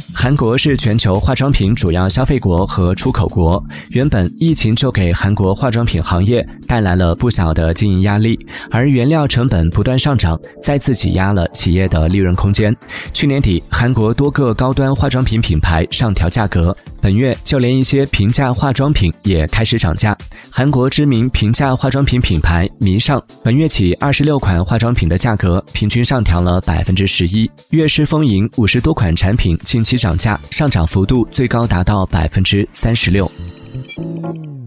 韩国是全球化妆品主要消费国和出口国，原本疫情就给韩国化妆品行业带来了不小的经营压力，而原料成本不断上涨，再次挤压了企业的利润空间。去年底，韩国多个高端化妆品品牌上调价格，本月就连一些平价化妆品也开始涨价。韩国知名平价化妆品品牌迷尚本月起26款化妆品的价格平均上调了 11%， 悦诗风吟50多款产品近期涨价，上涨幅度最高达到 36%。